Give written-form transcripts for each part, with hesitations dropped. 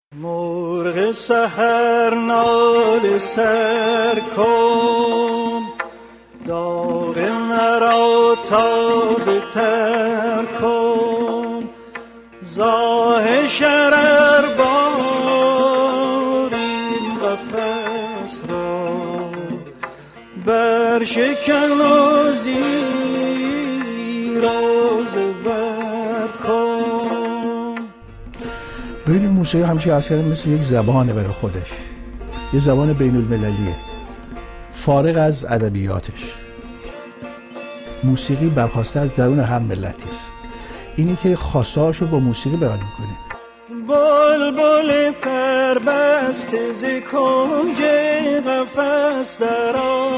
مرغ سحر ناله سر کن، داغ مرا تازه تر کن، زاه شرر بار این قفس را برشکن و زیراز بر کن. ببینید موسیقی همیشه عرض کردم مثل یک زبانه برای خودش، یه زبان بین المللیه فارغ از ادبیاتش. موسیقی برخواسته از درون هر ملتی است. اینی که خواسته‌هاشو با موسیقی بیان می‌کنه. بلبل پربسته ز کنج قفس درآ،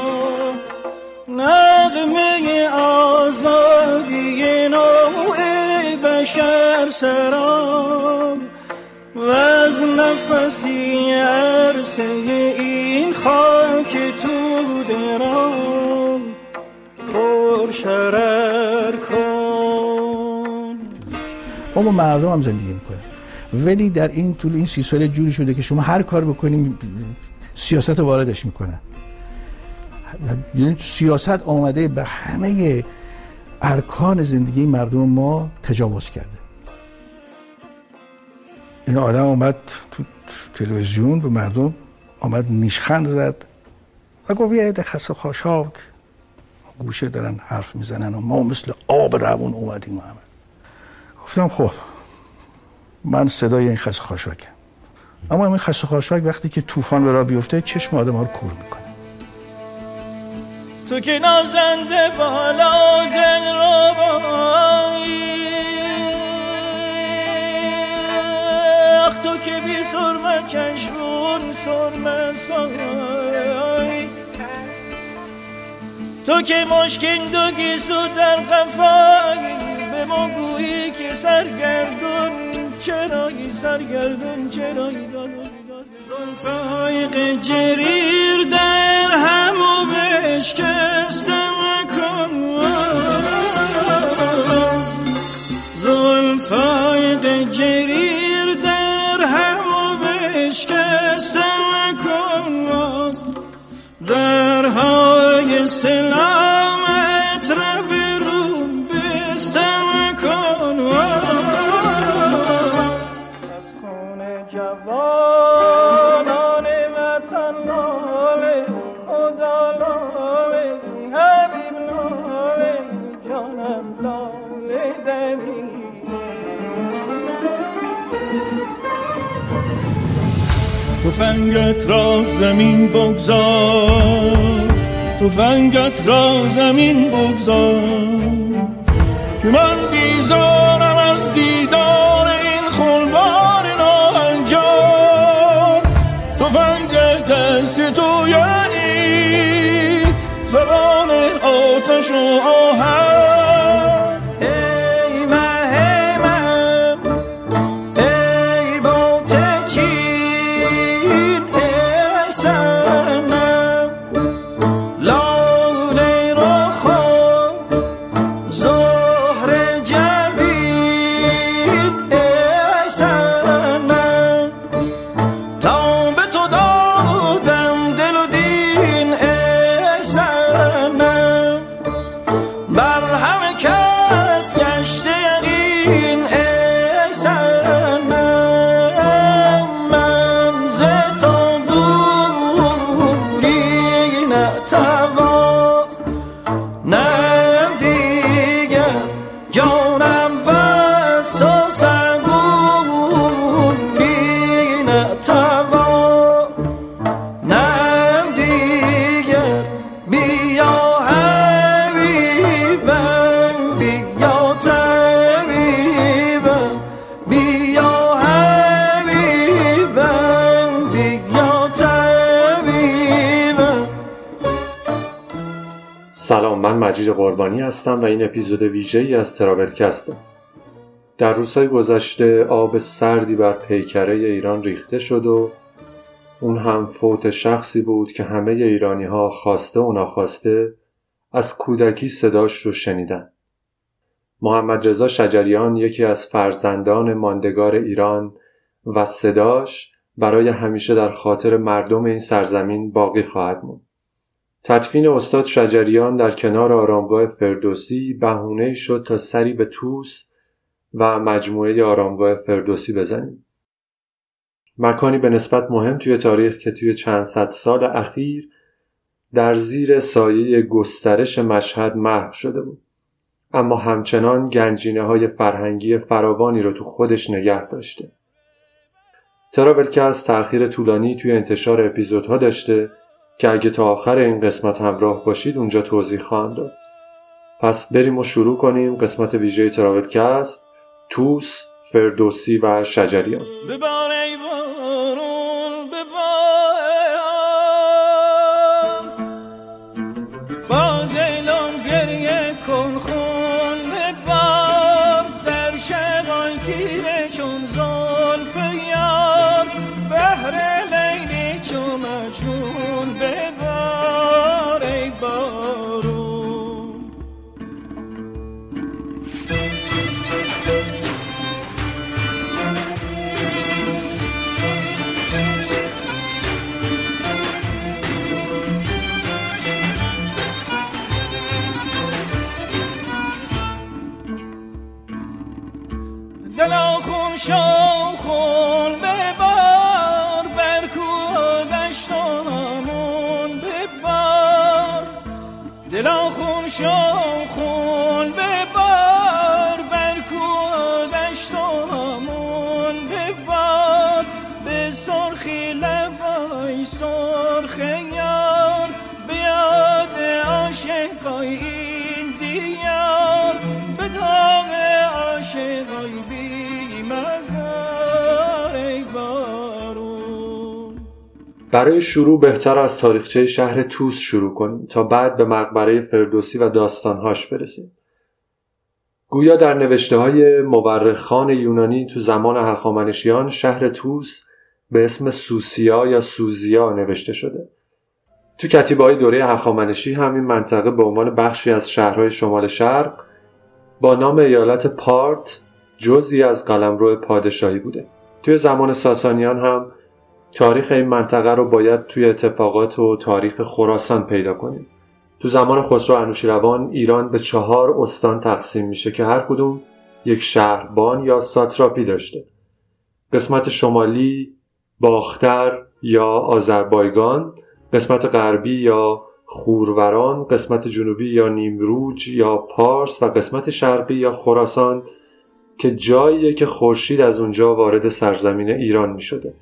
نغمه آزادی نوع بشر سرا، و از نفسی عرصه این خاک تو درام پر شرر کن. ما با مردم هم زندگی میکنیم، ولی در این طول این 30 سال جوری شده که شما هر کار بکنیم سیاست رو واردش میکنن. یعنی سیاست آمده به همه ارکان زندگی مردم ما تجاوز کرده. این آدم اومد تو تلویزیون به مردم آمد نیشخند زد و گفت بیایید خسته خاشاک گوشه دارن حرف میزنن و ما مثل آب روون اومدیم. گفتم خب من صدای این خسته خاشاکم، اما این خسته خاشاک وقتی که طوفان به راه بیفته چشم آدم ها رو کور میکنه. تو که نازنده بالا دل رو بایی، تو که بی سرمه چشمون سرمه سایی، تو که مشکین دو گیسو در قفایی، به ما گویی که سرگردون چرایی، سرگردون چرایی. زلفای جریر در همو بشکستم کن، زلفای جریر در همو بشکستم کن، درهای سلامت را برو بستم کن. از خون جوانان وطن لاله، خدا لاله، حبیب لاله، جانم لاله دمی. تفنگت را زمین بگذار، تفنگت را زمین بگذار، که من بیزارم از دیدار این خونبار ناهنجار. تفنگ دست تو یعنی زبان آتش و آهن. سلام، من مجید قربانی هستم و این اپیزود ویژه‌ای از تراولکسته. در روزهای گذشته آب سردی بر پیکره ایران ریخته شد و اون هم فوت شخصی بود که همه ایرانی‌ها خواسته و ناخواسته از کودکی صداش رو شنیدن. محمد رضا شجریان، یکی از فرزندان ماندگار ایران و صداش برای همیشه در خاطر مردم این سرزمین باقی خواهد موند. تدفین استاد شجریان در کنار آرامگاه فردوسی بهونه‌ای شد تا سری به طوس و مجموعه آرامگاه فردوسی بزنیم. مکانی به نسبت مهم توی تاریخ که توی چند صد سال اخیر در زیر سایه گسترش مشهد محو شده بود، اما همچنان گنجینه‌های فرهنگی فراوانی رو تو خودش نگه داشته. تراولکست تأخیر طولانی توی انتشار اپیزودها داشته که اگه تا آخر این قسمت همراه باشید اونجا توضیح خواهم داد. پس بریم و شروع کنیم قسمت ویژه تراولکست، طوس، فردوسی و شجریان. برای شروع بهتر از تاریخچه شهر طوس شروع کنیم تا بعد به مقبره فردوسی و داستانهاش برسیم. گویا در نوشته‌های مورخان یونانی تو زمان هخامنشیان شهر طوس به اسم سوسیا یا سوزیا نوشته شده. تو کتیبه‌های دوره هخامنشی هم این منطقه به عنوان بخشی از شهرهای شمال شرق با نام ایالت پارت جزئی از قلمرو پادشاهی بوده. توی زمان ساسانیان هم تاریخ این منطقه رو باید توی اتفاقات و تاریخ خراسان پیدا کنیم. تو زمان خسرو انوشیروان ایران به 4 استان تقسیم میشه که هر کدوم یک شهربان یا ساتراپی داشته. قسمت شمالی باختر یا آذربایجان، قسمت غربی یا خوروران، قسمت جنوبی یا نیمروج یا پارس و قسمت شرقی یا خراسان که جاییه که خورشید از اونجا وارد سرزمین ایران میشده.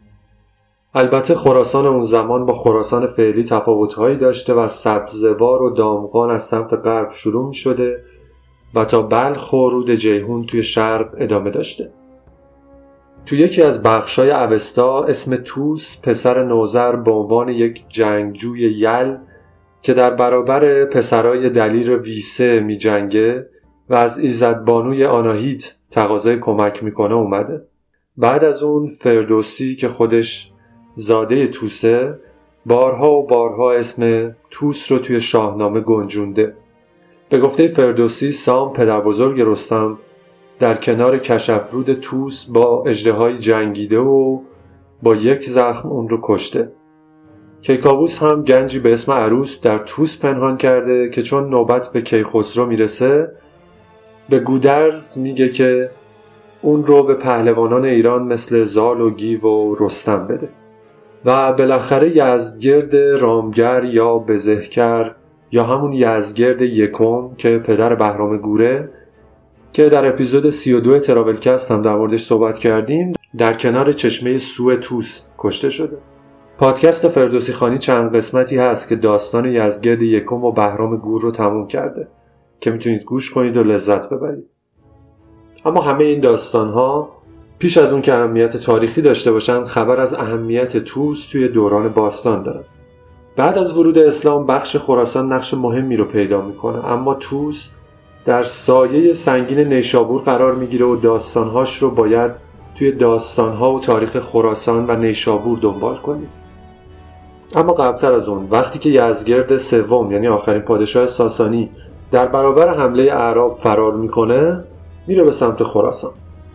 البته خراسان اون زمان با خراسان فعلی تفاوت‌هایی داشته و سبزوار و دامغان از سمت غرب شروع می‌شده و تا بلخ و رود جیهون توی شرق ادامه داشته. توی یکی از بخش‌های اوستا اسم طوس پسر نوذر به عنوان یک جنگجوی یل که در برابر پسرای دلیر ویسه می‌جنگه و از ایزدبانوی آناهیت تقاضای کمک میکنه اومده. بعد از اون فردوسی که خودش زاده طوسه بارها و بارها اسم طوس رو توی شاهنامه گنجونده. به گفته فردوسی سام پدر بزرگ رستم در کنار کشافرود طوس با اژدهای جنگیده و با یک زخم اون رو کشته. کیکاووس هم گنجی به اسم عروس در طوس پنهان کرده که چون نوبت به کیخسرو میرسه به گودرز میگه که اون رو به پهلوانان ایران مثل زال و گیو و رستم بده. و بالاخره یزدگرد رامگر یا بزهکر یا همون یزدگرد یکم که پدر بهرام گوره که در اپیزود 32 تراولکست هم در موردش صحبت کردیم در کنار چشمه سو طوس کشته شده. پادکست فردوسی خانی چند قسمتی هست که داستان یزدگرد یکم و بهرام گور رو تموم کرده که میتونید گوش کنید و لذت ببرید. اما همه این داستان‌ها پیش از اون که اهمیت تاریخی داشته باشن خبر از اهمیت طوس توی دوران باستان دارن. بعد از ورود اسلام بخش خراسان نقش مهمی رو پیدا میکنه، اما طوس در سایه سنگین نیشابور قرار میگیره و داستانهاش رو باید توی داستانها و تاریخ خراسان و نیشابور دنبال کنیم. اما قبلتر از اون وقتی که یزدگرد سوم یعنی آخرین پادشاه ساسانی در برابر حمله اعراب فرار میکنه میره به سمت خراسان.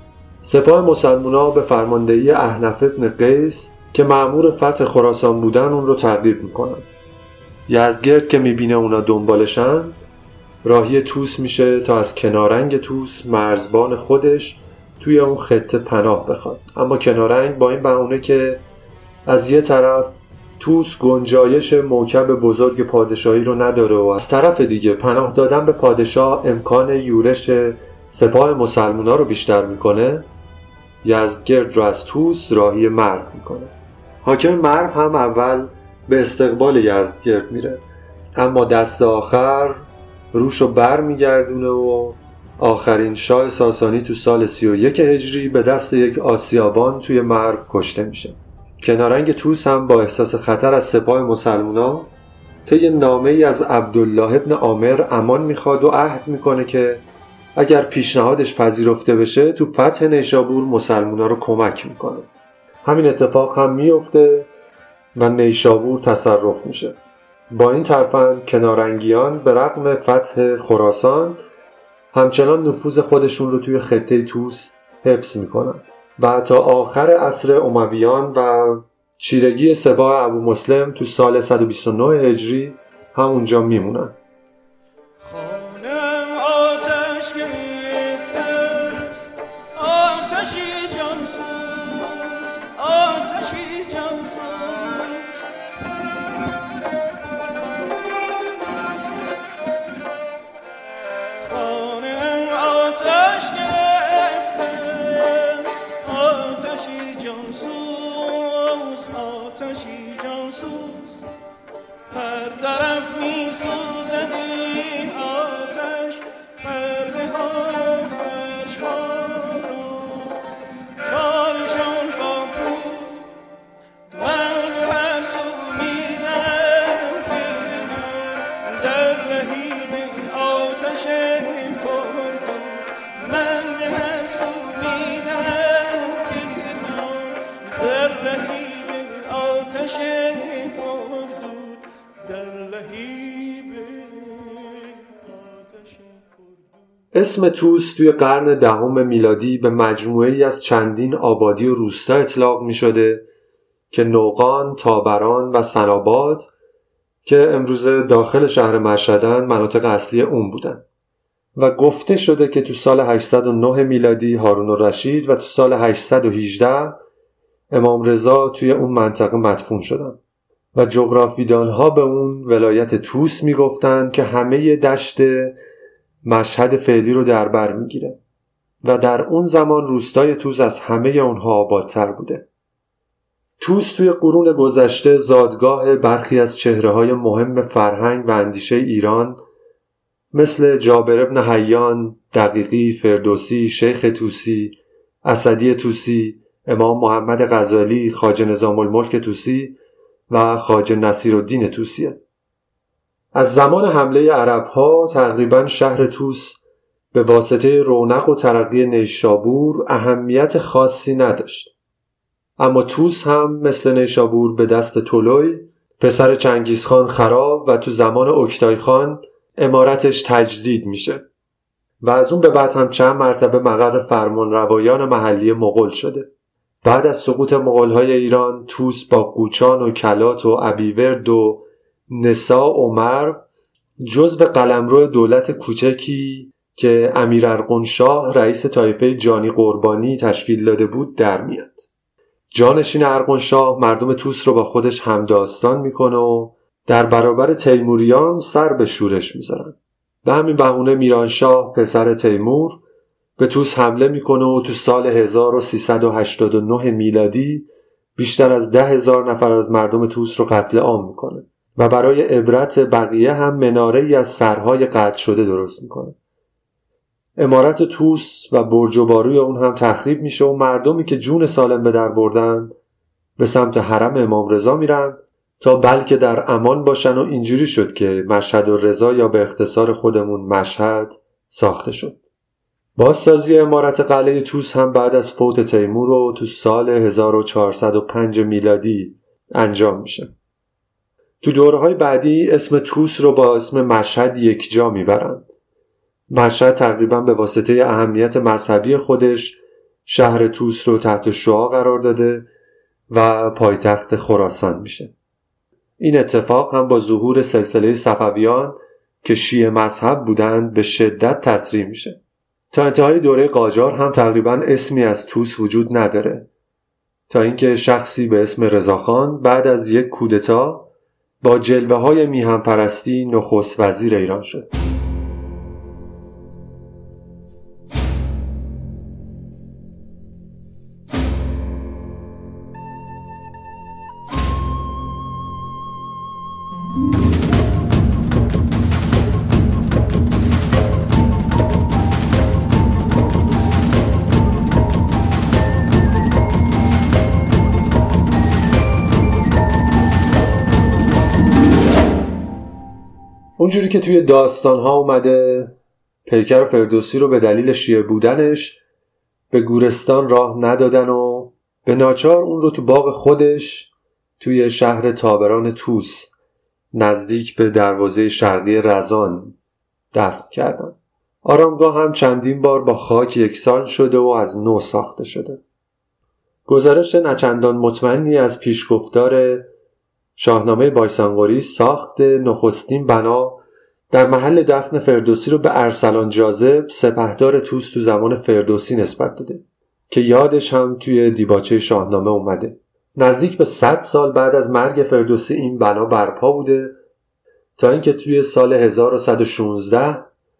سپاه مسلمونا به فرماندهی احنف ابن قیس که مأمور فتح خراسان بودن اون رو تعقیب میکنن. یزدگرد که میبینه اونا دنبالشن راهی طوس میشه تا از کنارنگ طوس مرزبان خودش توی اون خطه پناه بخواد. اما کنارنگ با این بهونه که از یه طرف طوس گنجایش موکب بزرگ پادشاهی رو نداره و از طرف دیگه پناه دادن به پادشاه امکان یورش سپاه مسلمونا رو بیشتر میکنه، یزدگرد رو از طوس راهی مرو میکنه. حاکم مرو هم اول به استقبال یزدگرد میره، اما دست آخر روش رو بر میگردونه و آخرین شاه ساسانی تو سال 31 هجری به دست یک آسیابان توی مرو کشته میشه. کنارنگ طوس هم با احساس خطر از سپاه مسلمونا طی نامه‌ای از عبدالله ابن عامر امان میخواد و عهد میکنه که اگر پیشنهادش پذیرفته بشه تو فتح نیشابور مسلمونا رو کمک میکنه. همین اتفاق هم میفته و نیشابور تصرف میشه. با این ترفند کنارنگیان به رغم فتح خراسان همچنان نفوذ خودشون رو توی خطه طوس حفظ میکنن و تا آخر عصر امویان و چیرگی سپاه ابو مسلم تو سال 129 هجری همونجا میمونن. اسم طوس توی قرن 10 میلادی به مجموعه‌ای از چندین آبادی و روستا اطلاق می شده که نوقان، تابران و سناباد که امروز داخل شهر مشهدن مناطق اصلی اون بودن و گفته شده که تو سال 809 میلادی هارون الرشید و تو سال 818 امام رضا توی اون منطقه مدفون شدن و جغرافیدانها به اون ولایت طوس می گفتن که همه دشت مشهد فعلی رو در بر میگیره و در اون زمان روستای طوس از همه اونها آبادتر بوده. طوس توی قرون گذشته زادگاه برخی از چهره‌های مهم فرهنگ و اندیشه ایران مثل جابر ابن حیان، دقیقی، فردوسی، شیخ طوسی، اسدی طوسی، امام محمد غزالی، خواجه نظام الملک طوسی و خواجه نصیرالدین طوسیه. از زمان حمله عرب‌ها تقریباً شهر طوس به واسطه رونق و ترقی نیشابور اهمیت خاصی نداشت. اما طوس هم مثل نیشابور به دست طلوی پسر چنگیزخان خراب و تو زمان اکتای خان امارتش تجدید میشه و از اون به بعد هم چند مرتبه مقر فرمانروایان محلی مغول شده. بعد از سقوط مغول‌های ایران طوس با قوچان و کلات و ابیورد و نسا و مرو جزو قلمرو دولت کوچکی که امیر ارغنشاه رئیس طایفه جانی قربانی تشکیل داده بود در میاد. جانشین ارغنشاه مردم طوس رو با خودش همداستان میکنه و در برابر تیموریان سر به شورش میذارن. به همین بهونه میرانشاه پسر تیمور به طوس حمله میکنه و تو سال 1389 میلادی بیشتر از 10,000 نفر از مردم طوس رو قتل عام میکنه و برای عبرت بقیه هم مناره‌ای از سرهای قطع شده درست میکنه. عمارت طوس و برج و باروی اون هم تخریب میشه و مردمی که جون سالم به در بردن به سمت حرم امام رضا میرن تا بلکه در امان باشن و اینجوری شد که مشهد الرضا یا به اختصار خودمون مشهد ساخته شد. بازسازی عمارت قلعه طوس هم بعد از فوت تیمور و تو سال 1405 میلادی انجام میشه. تو دوره‌های بعدی اسم طوس رو با اسم مشهد یکجا میبرن. مشهد تقریبا به واسطه اهمیت مذهبی خودش شهر طوس رو تحت شعاع قرار داده و پایتخت خراسان میشه. این اتفاق هم با ظهور سلسله صفویان که شیعه مذهب بودند به شدت تسریع میشه. تا انتهای دوره قاجار هم تقریباً اسمی از طوس وجود نداره، تا اینکه شخصی به اسم رضاخان بعد از یک کودتا با جلوه‌های میهن پرستی نخست وزیر ایران شد. اونجوری که توی داستان‌ها اومده، پیکر فردوسی رو به دلیل شیعه بودنش به گورستان راه ندادن و به ناچار اون رو تو باغ خودش توی شهر تابران طوس نزدیک به دروازه شرقی رزان دفن کردن. آرامگاه هم چندین بار با خاک یکسان شده و از نو ساخته شده. گزارش نچندان مطمئنی از پیشگفتار شاهنامه بایسانقوری ساخت نخستین بنا در محل دفن فردوسی رو به ارسلان جاذب سپهدار طوس تو زمان فردوسی نسبت داده که یادش هم توی دیباچه شاهنامه اومده. نزدیک به 100 سال بعد از مرگ فردوسی این بنا برپا بوده تا اینکه توی سال 1116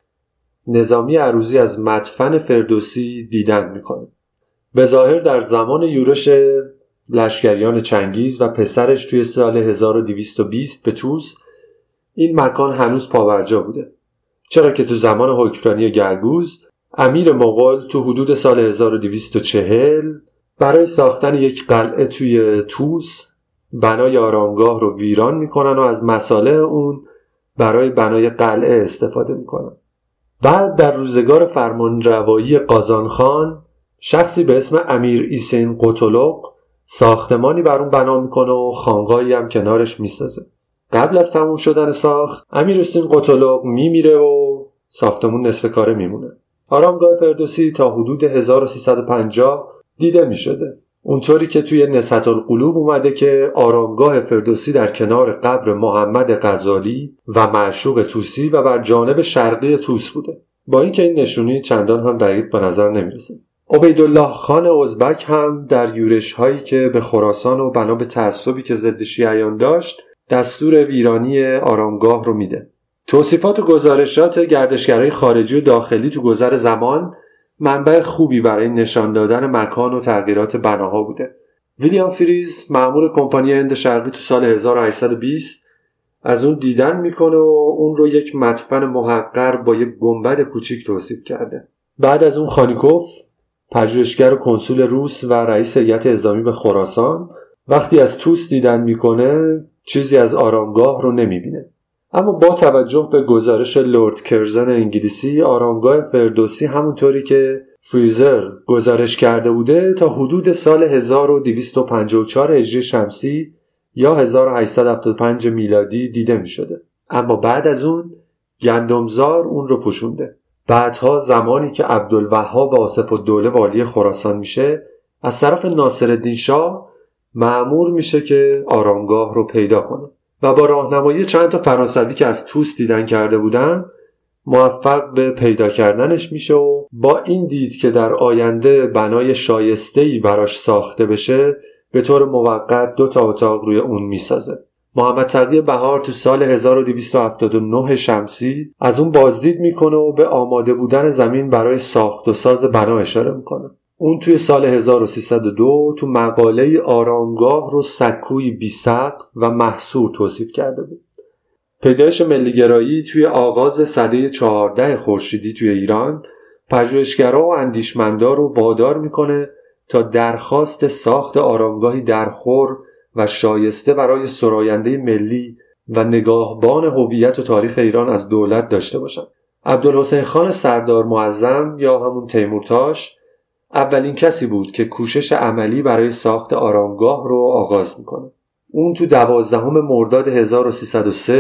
نظامی عروضی از مدفن فردوسی دیدن میکنه. به ظاهر در زمان یورش لشکریان چنگیز و پسرش توی سال 1220 به طوس این مکان هنوز پابرجا بوده، چرا که تو زمان حکمرانی گرگوز امیر مغول تو حدود سال 1240 برای ساختن یک قلعه توی طوس بنای آرامگاه رو ویران میکنن و از مصالح اون برای بنای قلعه استفاده میکنن. بعد در روزگار فرمانروایی قازانخان شخصی به اسم امیر ایسین قتلق ساختمانی بر اون بنا میکنه و خانقاهی هم کنارش میسازه. قبل از تموم شدن ساخت امیر ایسین قتلق میمیره و ساختمون نصف کاره میمونه. آرامگاه فردوسی تا حدود 1350 دیده میشده، اونطوری که توی نصحة القلوب اومده که آرامگاه فردوسی در کنار قبر محمد غزالی و معشوق طوسی و بر جانب شرقی طوس بوده. با اینکه این نشونی چندان هم دقیق به نظر نمیرسه. عبیدالله خان ازبک هم در یورش هایی که به خراسان و بنا به تعصبی که ضد شیعیان داشت دستور ویرانی آرامگاه رو میده. توصیفات و گزارشات گردشگرای خارجی و داخلی تو گذر زمان منبع خوبی برای نشان دادن مکان و تغییرات بناها بوده. ویلیام فریز مأمور کمپانی هند شرقی تو سال 1820 از اون دیدن میکنه و اون رو یک مدفن محقر با یک گنبد کوچیک توصیف کرده. بعد از اون خانیکوف پژوهشگر و کنسول روس و رئیس هیئت اعزامی به خراسان وقتی از طوس دیدن میکنه چیزی از آرامگاه رو نمیبینه. اما با توجه به گزارش لورد کرزن انگلیسی آرامگاه فردوسی همونطوری که فریزر گزارش کرده بوده تا حدود سال 1254 هجری شمسی یا 1875 میلادی دیده می شده. اما بعد از اون گندمزار اون رو پوشونده. بعدها زمانی که عبدالوهاب آصف الدوله والی خراسان میشه از طرف ناصرالدین شاه مأمور میشه که آرامگاه رو پیدا کنه و با راهنمایی چند تا فرانسوی که از طوس دیدن کرده بودن موفق به پیدا کردنش میشه و با این دید که در آینده بنای شایسته‌ای براش ساخته بشه به طور موقت 2 اتاق روی اون میسازه. محمد تقی بهار تو سال 1279 شمسی از اون بازدید میکنه و به آماده بودن زمین برای ساخت و ساز بنا اشاره میکنه. اون توی سال 1302 تو مقاله آرامگاه رو سکوی بی‌سقف و محصور توصیف کرده بود. پیدایش ملیگرایی توی آغاز سده 14 خورشیدی توی ایران پژوهشگرا و اندیشمندا رو وادار میکنه تا درخواست ساخت آرامگاهی درخور و شایسته برای سراینده ملی و نگاهبان هویت و تاریخ ایران از دولت داشته باشند. عبدالحسین خان سردار معظم یا همون تیمورتاش اولین کسی بود که کوشش عملی برای ساخت آرامگاه رو آغاز میکنه. اون تو 12 مرداد 1303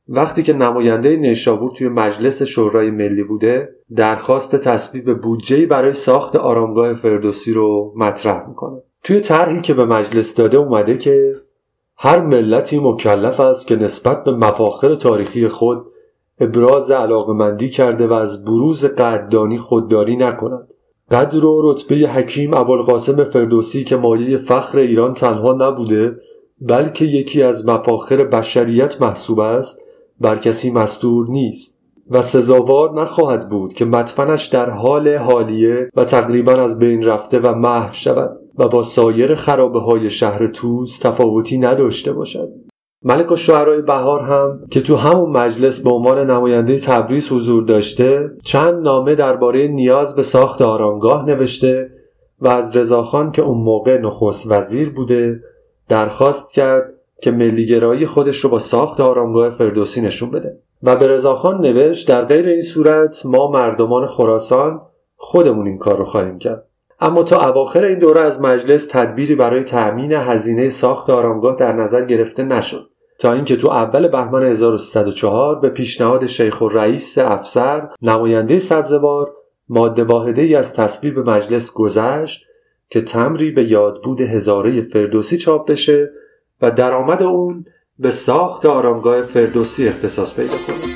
وقتی که نماینده نیشابور توی مجلس شورای ملی بوده، درخواست تصویب بودجه‌ای برای ساخت آرامگاه فردوسی رو مطرح میکنه. توی طرحی که به مجلس داده اومده که هر ملتی مکلف است که نسبت به مفاخر تاریخی خود ابراز علاقمندی کرده و از بروز قدردانی خودداری نکند. قدر و رتبه حکیم ابوالقاسم فردوسی که مایه فخر ایران تنها نبوده بلکه یکی از مفاخر بشریت محسوب است، بر کسی مستور نیست و سزاوار نخواهد بود که مدفنش در حال حالیه و تقریبا از بین رفته و محو شود و با سایر خرابه‌های شهر طوس تفاوتی نداشته باشد. ملک الشعرای بهار هم که تو همون مجلس به عنوان نماینده تبریز حضور داشته، چند نامه درباره نیاز به ساخت آرامگاه نوشته و از رضاخان که اون موقع نخست وزیر بوده درخواست کرد که ملیگرایی خودش رو با ساخت آرامگاه فردوسی نشون بده و به رضاخان نوشت در غیر این صورت ما مردمان خراسان خودمون این کار رو خواهیم کرد. اما تا اواخر این دوره از مجلس تدبیری برای تأمین هزینه ساخت آرامگاه در نظر گرفته نشد تا اینکه تو اول بهمن 1304 به پیشنهاد شیخ الرئیس افسر نماینده سبزوار ماده واحده‌ای از تصویب مجلس گذشت که تمری به یادبود هزاره فردوسی چاپ بشه و درآمد اون به ساخت آرامگاه فردوسی اختصاص پیدا کنه.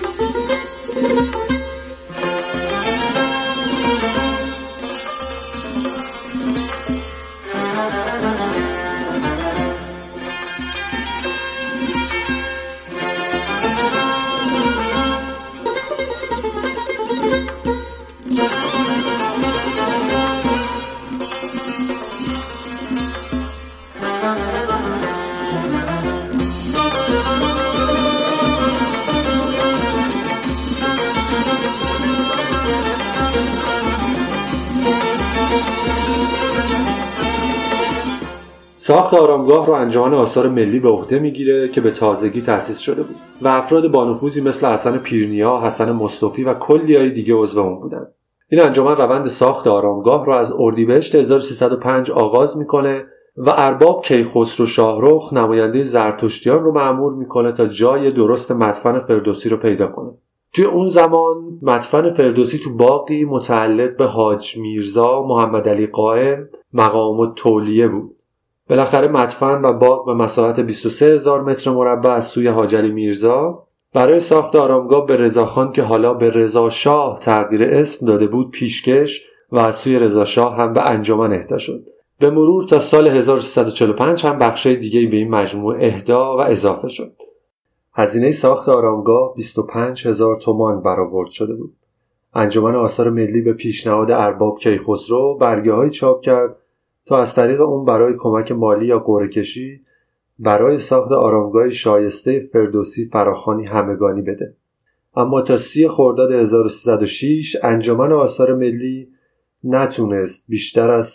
ساخت آرامگاه رو انجمن آثار ملی به عهده میگیره که به تازگی تأسیس شده بود و افراد بانفوذی مثل حسن پیرنیا، حسن مصطفی و کلیای دیگه عضو اون بودن. این انجمن روند ساخت آرامگاه رو از اردیبهشت 1305 آغاز میکنه و ارباب کیخسرو شاهرخ نماینده زرتشتیان رو مأمور میکنه تا جای درست مدفن فردوسی رو پیدا کنه. توی اون زمان مدفن فردوسی تو باغی متعلق به حاج میرزا محمد علی قائم مقام التولیه بود. بالاخره مدفن و باغ به مساحت 23,000 متر مربع از سوی حاج علی میرزا برای ساخت آرامگاه به رضاخان که حالا به رضا شاه تغییر اسم داده بود پیشکش و از سوی رضا شاه هم به انجمن اهدا شد. به مرور تا سال 1345 هم بخشای دیگه‌ای به این مجموعه اهدا و اضافه شد. هزینه ساخت آرامگاه 25,000 تومان برآورد شده بود. انجمن آثار ملی به پیشنهاد ارباب کیخسرو برگه‌های چاپ کرد تا از طریق اون برای کمک مالی یا قرعه‌کشی برای ساخت آرامگاه شایسته فردوسی فراخوانی همگانی بده. اما تا 30 خرداد 1306 انجمن آثار ملی نتونست بیشتر از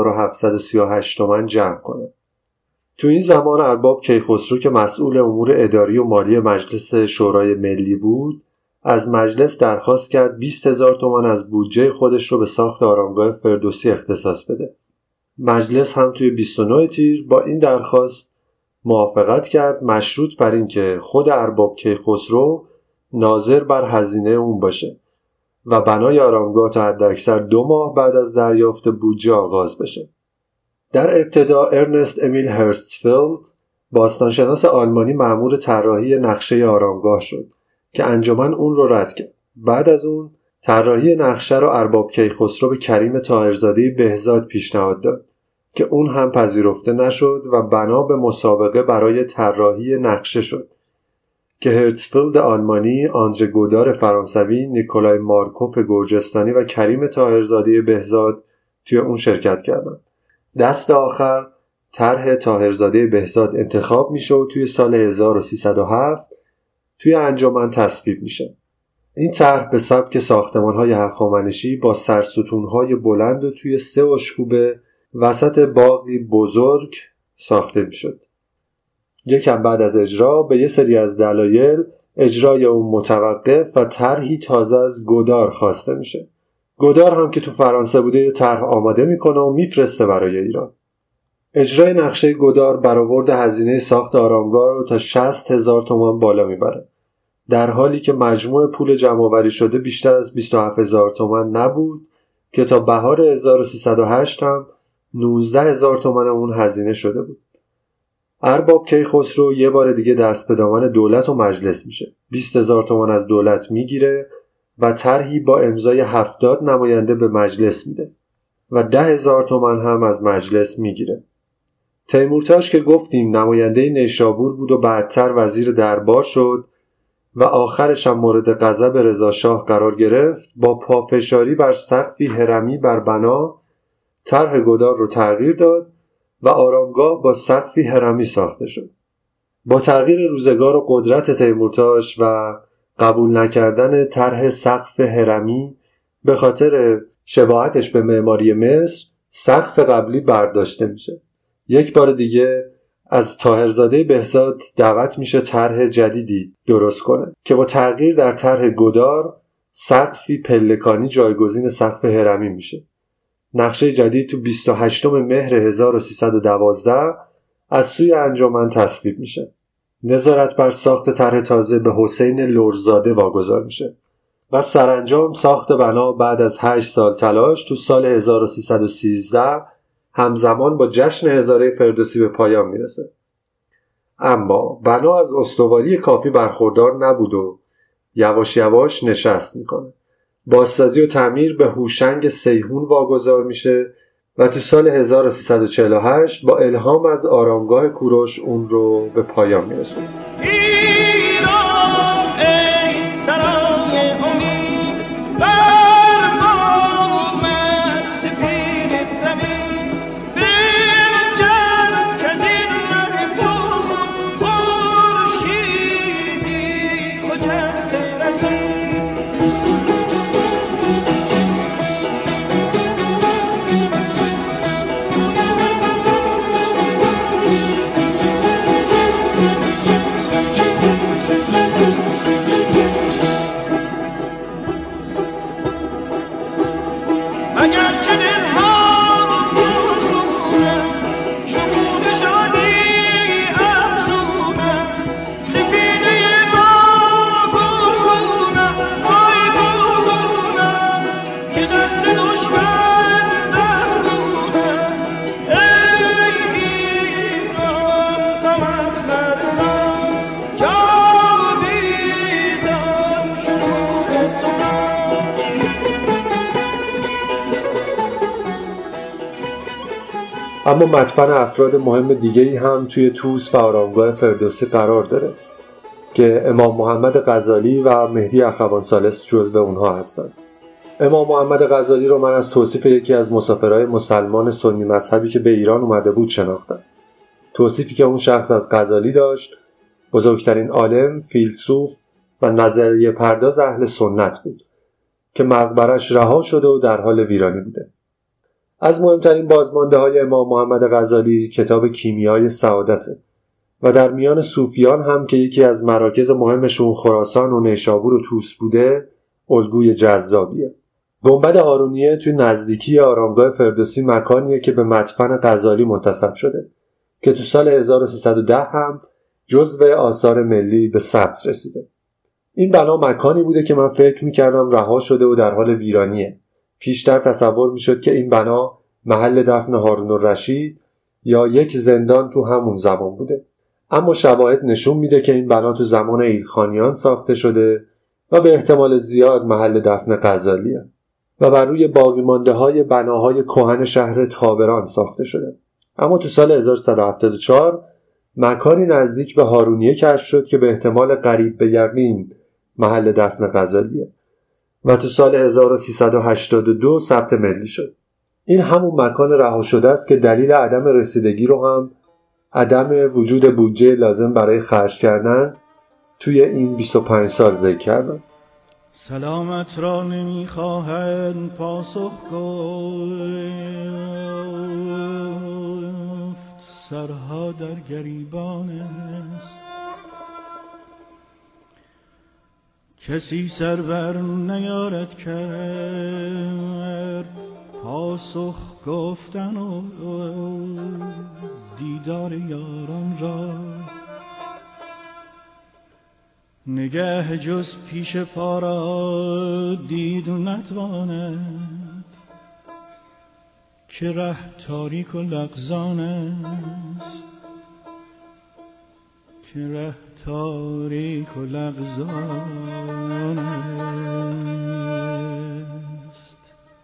3738 تومان جمع کنه. تو این زمان ارباب کیخسرو که مسئول امور اداری و مالی مجلس شورای ملی بود از مجلس درخواست کرد 20,000 تومان از بودجه خودش رو به ساخت آرامگاه فردوسی اختصاص بده. مجلس هم توی 29 تیر با این درخواست موافقت کرد، مشروط بر این که خود ارباب کیخسرو ناظر بر هزینه اون باشه و بنای آرامگاه تا حداکثر 2 ماه بعد از دریافت بودجه آغاز بشه. در ابتدا ارنست امیل هرستفیلد باستانشناس آلمانی مأمور طراحی نقشه آرامگاه شد که انجمن اون رو رد کرد. بعد از اون طراحی نقشه رو ارباب کیخسرو به کریم طاهرزاده بهزاد پیشنهاد داد که اون هم پذیرفته نشد و بنا به مسابقه برای طراحی نقشه شد که هرتزفیلد آلمانی، آندره گودار فرانسوی، نیکولای مارکوف گرجستانی و کریم طاهرزاده بهزاد توی اون شرکت کردند. دست آخر طرح طاهرزاده بهزاد انتخاب میشه و توی سال 1307 توی انجمن تصویب میشه. این طرح به سبک ساختمان‌های هخامنشی با سرستون‌های بلند و توی 3 اشکوبه وسط باغی بزرگ ساخته میشد. یکم بعد از اجرا به یه سری از دلایل اجرای اون متوقف و طرحی تازه از گودار خواسته میشه. گودار هم که تو فرانسه بوده یه طرح آماده میکنه و میفرسته برای ایران. اجرای نقشه گودار برآورد هزینه ساخت آرامگاه رو تا 60,000 تومان بالا میبره. در حالی که مجموع پول جمع‌آوری شده بیشتر از 27,000 تومان نبود که تا بهار 1308 هم 19,000 تومان اون هزینه شده بود. ارباب کیخسرو یه بار دیگه دست به دامن دولت و مجلس میشه. 20,000 تومان از دولت میگیره و طرحی با امضای 70 نماینده به مجلس میده و 10,000 تومان هم از مجلس میگیره. تیمورتاش که گفتیم نماینده نیشابور بود و بعدتر وزیر دربار شد و آخرش هم مورد غضب رضا شاه قرار گرفت، با پافشاری بر سقفی هرمی بر بنا طرح گدار رو تغییر داد و آرامگاه با سقفی هرمی ساخته شد. با تغییر روزگار و قدرت تیمورتاش و قبول نکردن طرح سقف هرمی به خاطر شباهتش به معماری مصر، سقف قبلی برداشته میشه. یک بار دیگه از طاهرزاده بهزاد دعوت میشه طرح جدیدی درست کنه که با تغییر در طرح گدار سقفی پلکانی جایگزین سقف هرمی میشه. نقشه جدید تو 28 مهر 1312 از سوی انجمن تصویب میشه. نظارت بر ساخت طرح تازه به حسین لرزاده واگذار میشه و سرانجام ساخت بنا بعد از 8 سال تلاش تو سال 1313 همزمان با جشن هزاره فردوسی به پایان میرسه. اما بنا از استواری کافی برخوردار نبود و یواش یواش نشست میکنه. بازسازی و تعمیر به هوشنگ سیهون واگذار میشه و تو سال 1348 با الهام از آرامگاه کوروش اون رو به پایان میرسونه. اما مدفن افراد مهم دیگه‌ای هم توی طوس و آرامگاه فردوسی قرار داره که امام محمد غزالی و مهدی اخوان ثالث جزو اونها هستند. امام محمد غزالی رو من از توصیف یکی از مسافرهای مسلمان سنی مذهبی که به ایران اومده بود شناختم. توصیفی که اون شخص از غزالی داشت بزرگترین عالم، فیلسوف و نظریه پرداز اهل سنت بود که مقبرش رها شده و در حال ویرانی بوده. از مهمترین بازمانده‌های امام محمد غزالی کتاب کیمیای سعادته و در میان صوفیان هم که یکی از مراکز مهمشون خراسان و نیشابور و طوس بوده الگوی جذابیه. گنبد هارونیه توی نزدیکی آرامگاه فردوسی مکانیه که به مدفن غزالی منتسب شده که تو سال 1310 هم جزو آثار ملی به ثبت رسیده. این بنا مکانی بوده که من فکر می‌کردم رها شده و در حال ویرانیه. پیشتر تصور می‌شد که این بنا محل دفن هارون الرشید یا یک زندان تو همون زمان بوده. اما شواهد نشون میده که این بنا تو زمان ایلخانیان ساخته شده و به احتمال زیاد محل دفن غزالیه و بر روی باقی مانده‌های بناهای کهن شهر تابران ساخته شده. اما تو سال 1174 مکانی نزدیک به هارونیه کشف شد که به احتمال قریب به یقین محل دفن غزالیه و تو سال 1382 ثبت ملی شد. این همون مکان رها شده است که دلیل عدم رسیدگی رو هم عدم وجود بودجه لازم برای خرج کردن توی این 25 سال ذکر کردم. سلامت را نمیخواهند پاسخ گفت، سرها در گریبان است، کسی سرور نیارد کرد پاسخ گفتن و دیدار یاران را. نگه جز پیش پا را دید و نتواند که ره تاریک و لغزان است، که ره تاریک و لغزان است.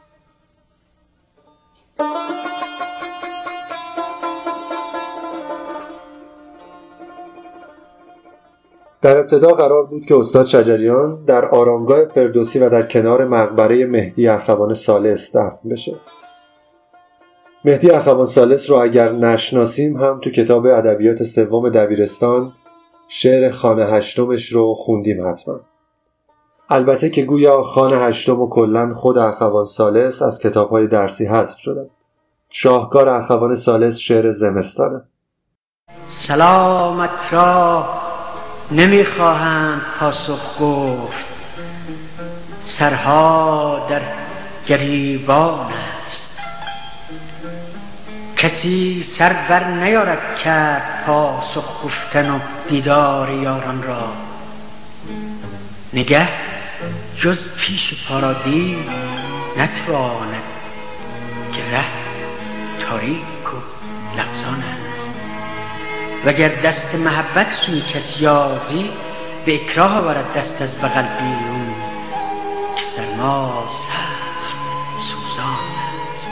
در ابتدا قرار بود که استاد شجریان در آرامگاه فردوسی و در کنار مقبره مهدی اخوان ثالث دفن بشه. مهدی اخوان ثالث رو اگر نشناسیم هم تو کتاب ادبیات سوم دبیرستان شعر خان هشتمش رو خوندیم حتما. البته که گویا خان هشتم و کلن خود اخوان ثالث از کتاب‌های درسی حذف شدن. شاهکار اخوان ثالث شعر زمستانه. سلامت را نمیخواهند پاسخ گفت، سرها در گریبان است. کسی سر بر نیارد کرد پاسخ گفتن و دیدار یاران را. نگه جز پیش پا را دید نتواند که ره تاریک و لغزان است. وگر دست محبت سوی کسی یازی، به اکراه آورد دست از بغل بیرون که سرما سخت سوزان است.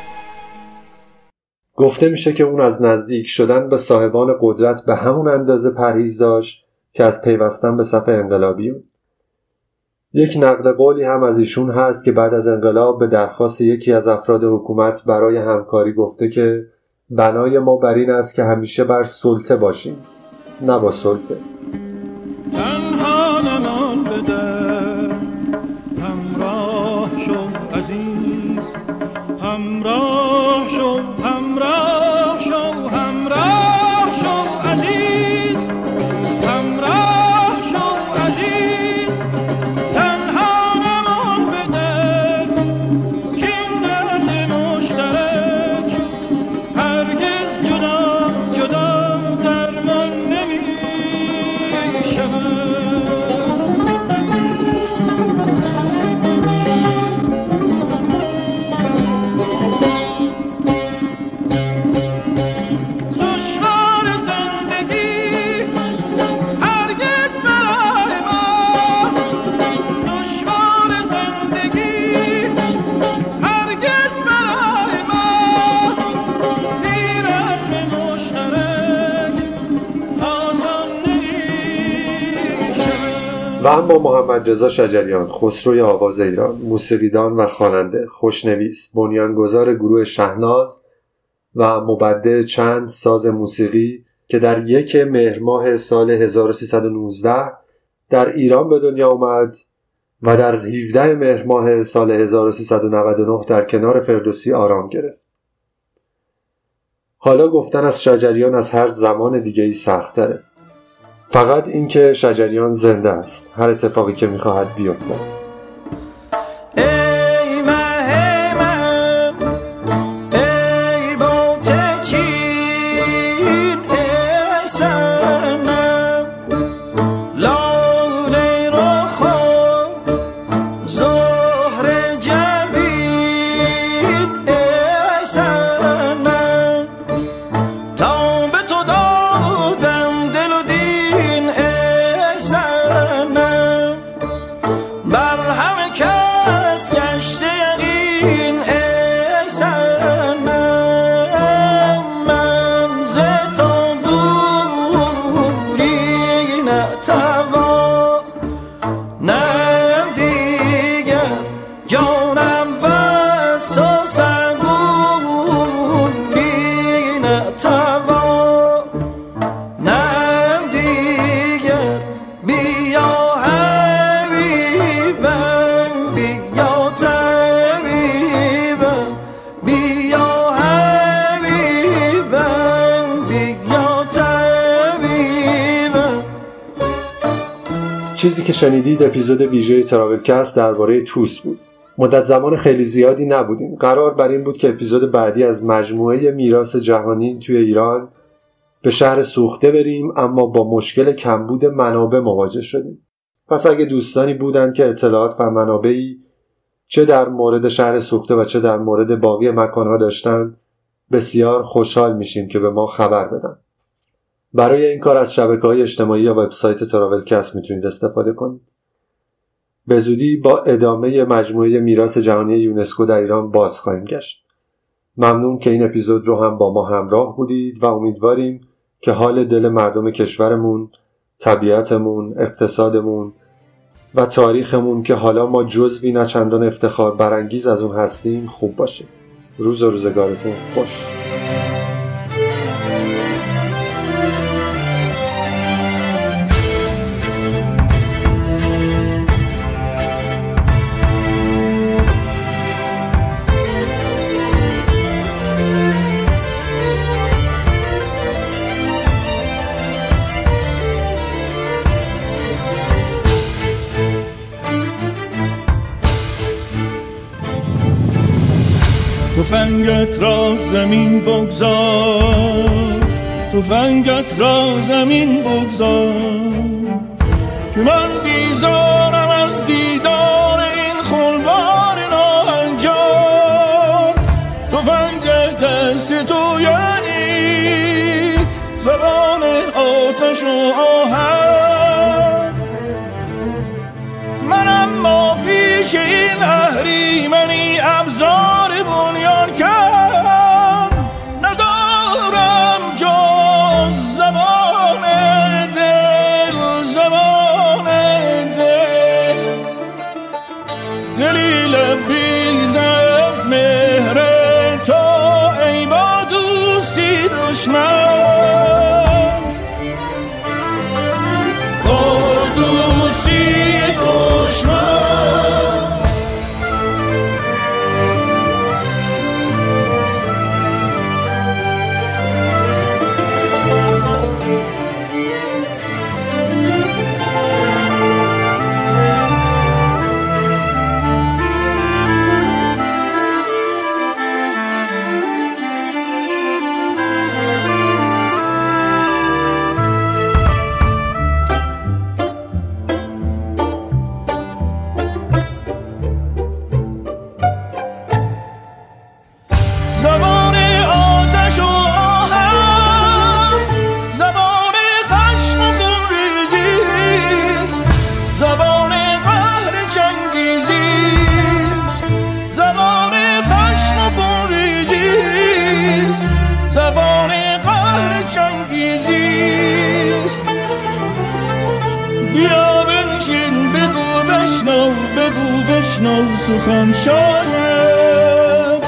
گفته میشه که اون از نزدیک شدن به صاحبان قدرت به همون اندازه پرهیز داشت که از پیوستن به صف انقلابیون. یک نقل قولی هم از ایشون هست که بعد از انقلاب به درخواست یکی از افراد حکومت برای همکاری گفته که بنای ما بر این است که همیشه بر سلطه باشیم، نه با سلطه. تنها نمان بده، همراه شو عزیز، همراه شو، همراه شو، همراه شو عزیز، همراه شو عزیز. تنها نمان بده که این درد مشترک هرگز جدا جدا درمان نمی شود. و اما محمد رضا شجریان، خسروی آواز ایران، موسیقیدان و خواننده، خوشنویس، بنیانگذار گروه شهناز و مبدع چند ساز موسیقی که در 1 مهر ماه سال 1319 در ایران به دنیا آمد و در 17 مهر ماه سال 1399 در کنار فردوسی آرام گرفت. حالا گفتن از شجریان از هر زمان دیگه‌ای سخت‌تره. فقط اینکه شجریان زنده است، هر اتفاقی که می‌خواهد بیفته. چیزی که شنیدید اپیزود ویژه تراولکست درباره توس بود. مدت زمان خیلی زیادی نبودیم. قرار بر این بود که اپیزود بعدی از مجموعه میراث جهانی توی ایران به شهر سوخته بریم، اما با مشکل کمبود منابع مواجه شدیم. پس اگه دوستانی بودن که اطلاعات و منابعی چه در مورد شهر سوخته و چه در مورد باقی مکانها داشتن، بسیار خوشحال میشیم که به ما خبر بدن. برای این کار از شبکه‌های اجتماعی یا وبسایت تراولکست میتونید استفاده کنید. به زودی با ادامه مجموعه میراث جهانی یونسکو در ایران باز خواهیم گشت. ممنون که این اپیزود رو هم با ما همراه بودید و امیدواریم که حال دل مردم کشورمون، طبیعتمون، اقتصادمون و تاریخمون که حالا ما جزوی نه چندان افتخار برانگیز از اون هستیم خوب باشه. روز و روزگارتون خوش. تفنگت را زمین بگذار، تفنگت را زمین بگذار، که من بیزارم از دیدار این خونبار ناهنجار. تفنگ دست تو یعنی زبان آتش و آهن، من اما پیش این اهریمنی ابزار بنیان کرد ندارم جز زبان دل، زبان دل، دلی لبریز از مهر تو ای با دوستی دشمن، با دوستی دشمن. بشنو سخن شاید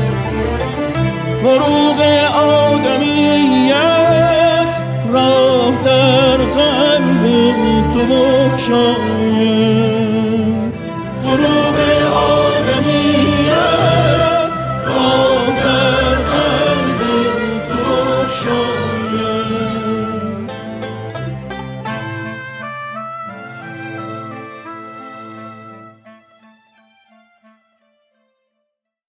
فروغ آدمیت راه در قلب تو بخشاید.